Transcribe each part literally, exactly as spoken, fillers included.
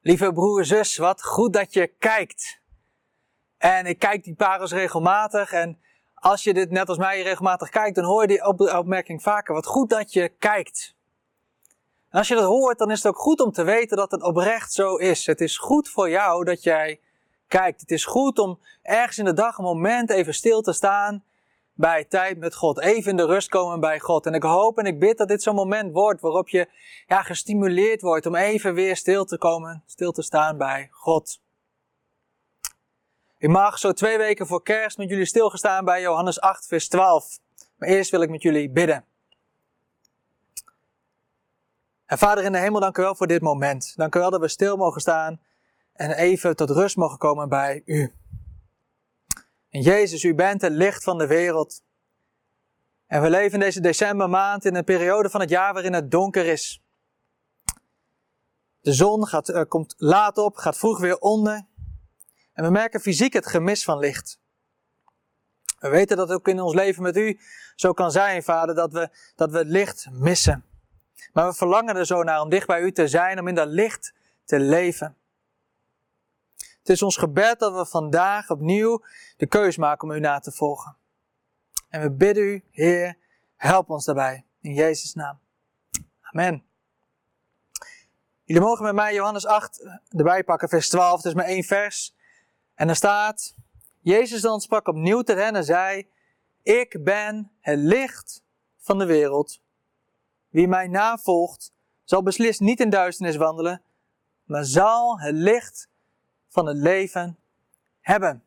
Lieve broer, zus, wat goed dat je kijkt. En ik kijk die parels regelmatig en als je dit net als mij regelmatig kijkt, dan hoor je die op- opmerking vaker. Wat goed dat je kijkt. En als je dat hoort, dan is het ook goed om te weten dat het oprecht zo is. Het is goed voor jou dat jij kijkt. Het is goed om ergens in de dag een moment even stil te staan bij tijd met God. Even in de rust komen bij God. En ik hoop en ik bid dat dit zo'n moment wordt waarop je ja, gestimuleerd wordt om even weer stil te komen, stil te staan bij God. Ik mag zo twee weken voor kerst met jullie stilgestaan bij Johannes acht vers twaalf. Maar eerst wil ik met jullie bidden. En Vader in de hemel, dank u wel voor dit moment. Dank u wel dat we stil mogen staan en even tot rust mogen komen bij u. En Jezus, u bent het licht van de wereld. En we leven in deze decembermaand in een periode van het jaar waarin het donker is. De zon gaat, uh, komt laat op, gaat vroeg weer onder. En we merken fysiek het gemis van licht. We weten dat het ook in ons leven met u zo kan zijn, Vader, dat we, dat we het licht missen. Maar we verlangen er zo naar om dicht bij u te zijn, om in dat licht te leven. Het is ons gebed dat we vandaag opnieuw de keus maken om u na te volgen. En we bidden u, Heer, help ons daarbij. In Jezus' naam. Amen. Jullie mogen met mij Johannes acht erbij pakken, vers twaalf. Het is maar één vers. En er staat, Jezus dan sprak opnieuw tot hen en zei, ik ben het licht van de wereld. Wie mij navolgt, zal beslist niet in duisternis wandelen, maar zal het licht van het leven hebben.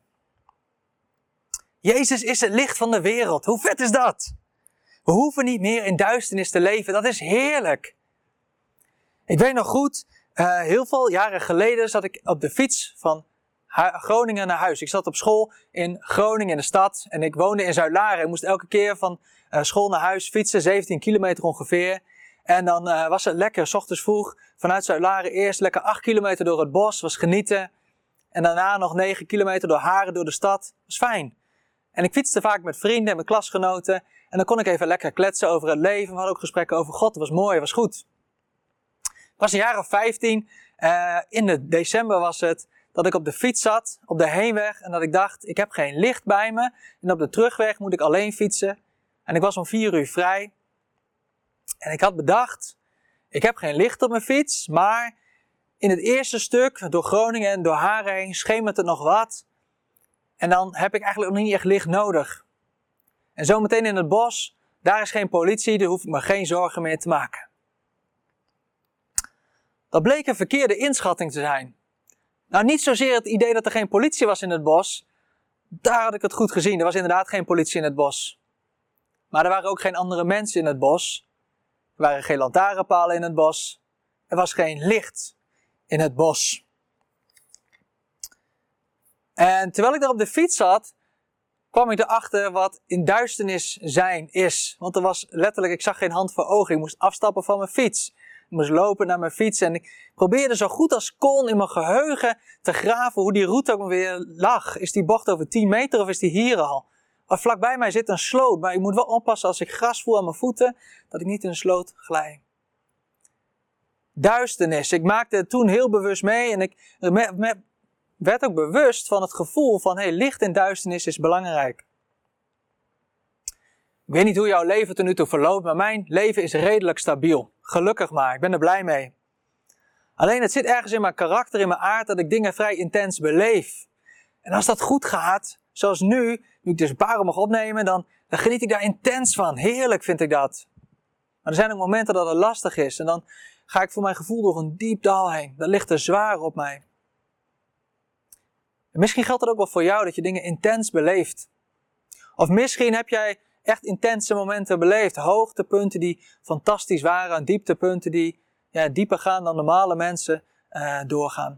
Jezus is het licht van de wereld. Hoe vet is dat? We hoeven niet meer in duisternis te leven. Dat is heerlijk. Ik weet nog goed, uh, heel veel jaren geleden zat ik op de fiets van Groningen naar huis. Ik zat op school in Groningen in de stad en ik woonde in Zuidlaren. Ik moest elke keer van uh, school naar huis fietsen, zeventien kilometer ongeveer. En dan uh, was het lekker, 's ochtends vroeg, vanuit Zuidlaren eerst lekker acht kilometer door het bos, was genieten. En daarna nog negen kilometer door Haren, door de stad. Was fijn. En ik fietste vaak met vrienden en met klasgenoten. En dan kon ik even lekker kletsen over het leven. We hadden ook gesprekken over God. Het was mooi, het was goed. Het was een jaar of vijftien. Uh, in de december was het dat ik op de fiets zat, op de heenweg. En dat ik dacht, ik heb geen licht bij me. En op de terugweg moet ik alleen fietsen. En ik was om vier uur vrij. En ik had bedacht, ik heb geen licht op mijn fiets. Maar in het eerste stuk, door Groningen en door Haren heen, schemert het nog wat. En dan heb ik eigenlijk nog niet echt licht nodig. En zometeen in het bos, daar is geen politie, daar hoef ik me geen zorgen meer te maken. Dat bleek een verkeerde inschatting te zijn. Nou, niet zozeer het idee dat er geen politie was in het bos. Daar had ik het goed gezien. Er was inderdaad geen politie in het bos. Maar er waren ook geen andere mensen in het bos. Er waren geen lantaarnpalen in het bos. Er was geen licht in het bos. En terwijl ik daar op de fiets zat, kwam ik erachter wat in duisternis zijn is. Want er was letterlijk, ik zag geen hand voor ogen. Ik moest afstappen van mijn fiets. Ik moest lopen naar mijn fiets en ik probeerde zo goed als kon in mijn geheugen te graven hoe die route ook weer lag. Is die bocht over tien meter of is die hier al? Of vlakbij mij zit een sloot, maar ik moet wel oppassen als ik gras voel aan mijn voeten, dat ik niet in een sloot glij. Duisternis. Ik maakte het toen heel bewust mee en ik me, me, werd ook bewust van het gevoel van, hey, licht en duisternis is belangrijk. Ik weet niet hoe jouw leven tot nu toe verloopt, maar mijn leven is redelijk stabiel. Gelukkig maar, ik ben er blij mee. Alleen het zit ergens in mijn karakter, in mijn aard, dat ik dingen vrij intens beleef. En als dat goed gaat, zoals nu, nu ik dus een paar mag opnemen, dan, dan geniet ik daar intens van. Heerlijk vind ik dat. Maar er zijn ook momenten dat het lastig is. En dan ga ik voor mijn gevoel door een diep dal heen. Dat ligt er zwaar op mij. En misschien geldt het ook wel voor jou, dat je dingen intens beleeft. Of misschien heb jij echt intense momenten beleefd. Hoogtepunten die fantastisch waren. En dieptepunten die ja, dieper gaan dan normale mensen uh, doorgaan.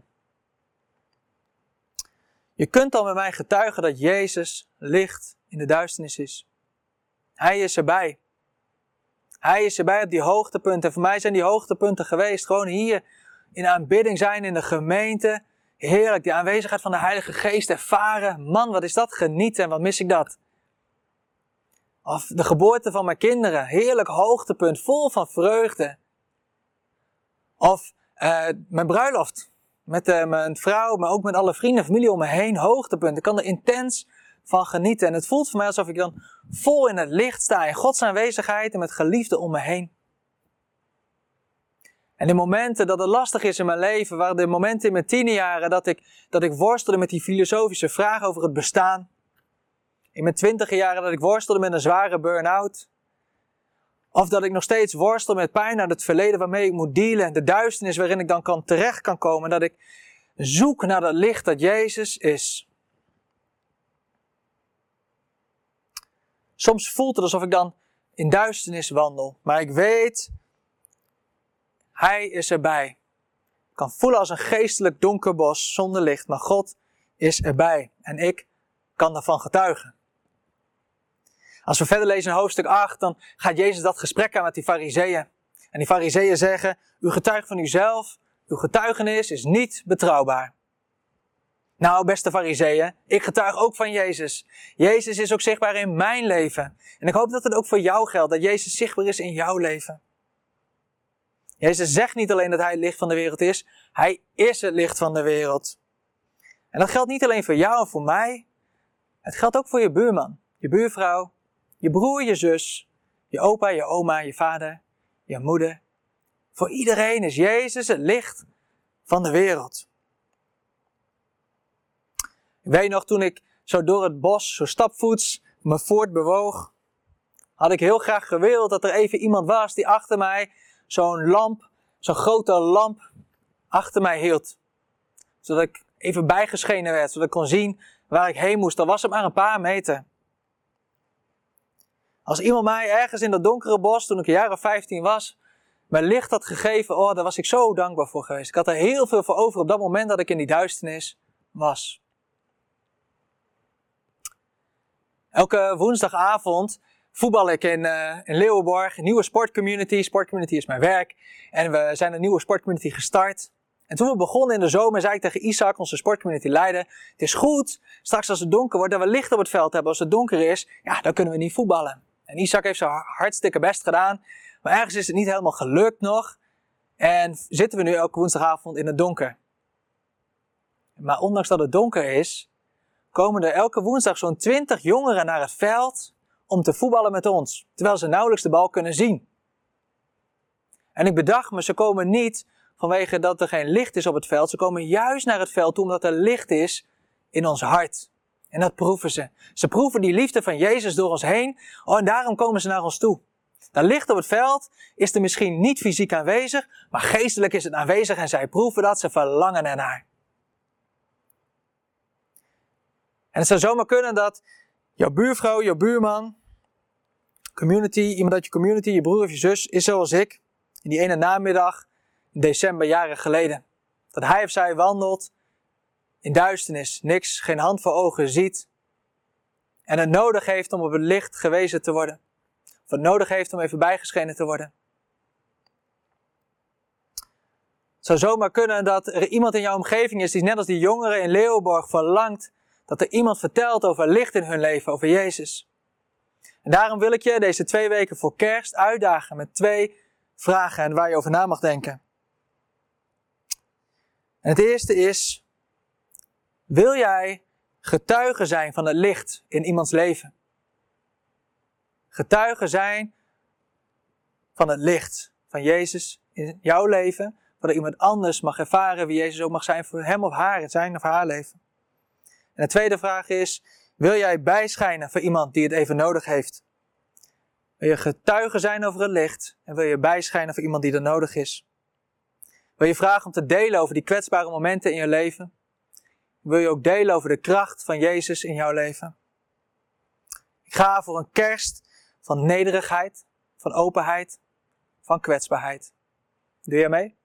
Je kunt dan met mij getuigen dat Jezus licht in de duisternis is. Hij is erbij. Hij is erbij op die hoogtepunten. Voor mij zijn die hoogtepunten geweest. Gewoon hier in aanbidding zijn in de gemeente. Heerlijk, die aanwezigheid van de Heilige Geest ervaren. Man, wat is dat genieten en wat mis ik dat. Of de geboorte van mijn kinderen. Heerlijk hoogtepunt, vol van vreugde. Of uh, mijn bruiloft. met uh, mijn vrouw, maar ook met alle vrienden en familie om me heen, hoogtepunt. Ik kan er intens van genieten. En het voelt voor mij alsof ik dan vol in het licht sta, in Gods aanwezigheid en met geliefden om me heen. En de momenten dat het lastig is in mijn leven, waren de momenten in mijn tienerjaren dat ik, dat ik worstelde met die filosofische vraag over het bestaan. In mijn twintiger jaren dat ik worstelde met een zware burn-out. Of dat ik nog steeds worstel met pijn uit het verleden waarmee ik moet dealen. En de duisternis waarin ik dan kan terecht kan komen. Dat ik zoek naar dat licht dat Jezus is. Soms voelt het alsof ik dan in duisternis wandel. Maar ik weet, Hij is erbij. Ik kan voelen als een geestelijk donker bos zonder licht. Maar God is erbij. En ik kan daarvan getuigen. Als we verder lezen in hoofdstuk acht, dan gaat Jezus dat gesprek aan met die fariseeën. En die fariseeën zeggen, u getuigt van uzelf, uw getuigenis is niet betrouwbaar. Nou, beste fariseeën, ik getuig ook van Jezus. Jezus is ook zichtbaar in mijn leven. En ik hoop dat het ook voor jou geldt, dat Jezus zichtbaar is in jouw leven. Jezus zegt niet alleen dat Hij het licht van de wereld is, Hij is het licht van de wereld. En dat geldt niet alleen voor jou en voor mij, het geldt ook voor je buurman, je buurvrouw, je broer, je zus, je opa, je oma, je vader, je moeder. Voor iedereen is Jezus het licht van de wereld. Ik weet nog, toen ik zo door het bos, zo stapvoets, me voortbewoog, had ik heel graag gewild dat er even iemand was die achter mij zo'n lamp, zo'n grote lamp achter mij hield. Zodat ik even bijgeschenen werd, zodat ik kon zien waar ik heen moest. Al was het maar een paar meter. Als iemand mij ergens in dat donkere bos, toen ik een jaar of vijftien was, mijn licht had gegeven, oh, daar was ik zo dankbaar voor geweest. Ik had er heel veel voor over op dat moment dat ik in die duisternis was. Elke woensdagavond voetbal ik in, uh, in Leeuwenborg, een nieuwe sportcommunity. Sportcommunity is mijn werk. En we zijn een nieuwe sportcommunity gestart. En toen we begonnen in de zomer, zei ik tegen Isaac, onze sportcommunity leider, het is goed, straks als het donker wordt, dat we licht op het veld hebben. Als het donker is, ja, dan kunnen we niet voetballen. En Isaac heeft zijn hartstikke best gedaan. Maar ergens is het niet helemaal gelukt nog. En zitten we nu elke woensdagavond in het donker. Maar ondanks dat het donker is, komen er elke woensdag zo'n twintig jongeren naar het veld om te voetballen met ons. Terwijl ze nauwelijks de bal kunnen zien. En ik bedacht me, ze komen niet vanwege dat er geen licht is op het veld. Ze komen juist naar het veld toe omdat er licht is in ons hart. En dat proeven ze. Ze proeven die liefde van Jezus door ons heen. Oh, en daarom komen ze naar ons toe. Dat licht op het veld is er misschien niet fysiek aanwezig, maar geestelijk is het aanwezig en zij proeven dat, ze verlangen ernaar. En het zou zomaar kunnen dat jouw buurvrouw, jouw buurman, community, iemand uit je community, je broer of je zus, is zoals ik. In die ene namiddag, in december, jaren geleden. Dat hij of zij wandelt in duisternis, niks, geen hand voor ogen ziet. En het nodig heeft om op het licht gewezen te worden. Of het nodig heeft om even bijgeschenen te worden. Het zou zomaar kunnen dat er iemand in jouw omgeving is die net als die jongeren in Leeuwenborg verlangt dat er iemand vertelt over licht in hun leven, over Jezus. En daarom wil ik je deze twee weken voor kerst uitdagen met twee vragen en waar je over na mag denken. En het eerste is, wil jij getuige zijn van het licht in iemands leven? Getuige zijn van het licht van Jezus in jouw leven, zodat iemand anders mag ervaren wie Jezus ook mag zijn voor hem of haar in zijn of haar leven. En de tweede vraag is, wil jij bijschijnen voor iemand die het even nodig heeft? Wil je getuige zijn over het licht en wil je bijschijnen voor iemand die er nodig is? Wil je vragen om te delen over die kwetsbare momenten in je leven? Wil je ook delen over de kracht van Jezus in jouw leven? Ik ga voor een kerst van nederigheid, van openheid, van kwetsbaarheid. Doe jij mee?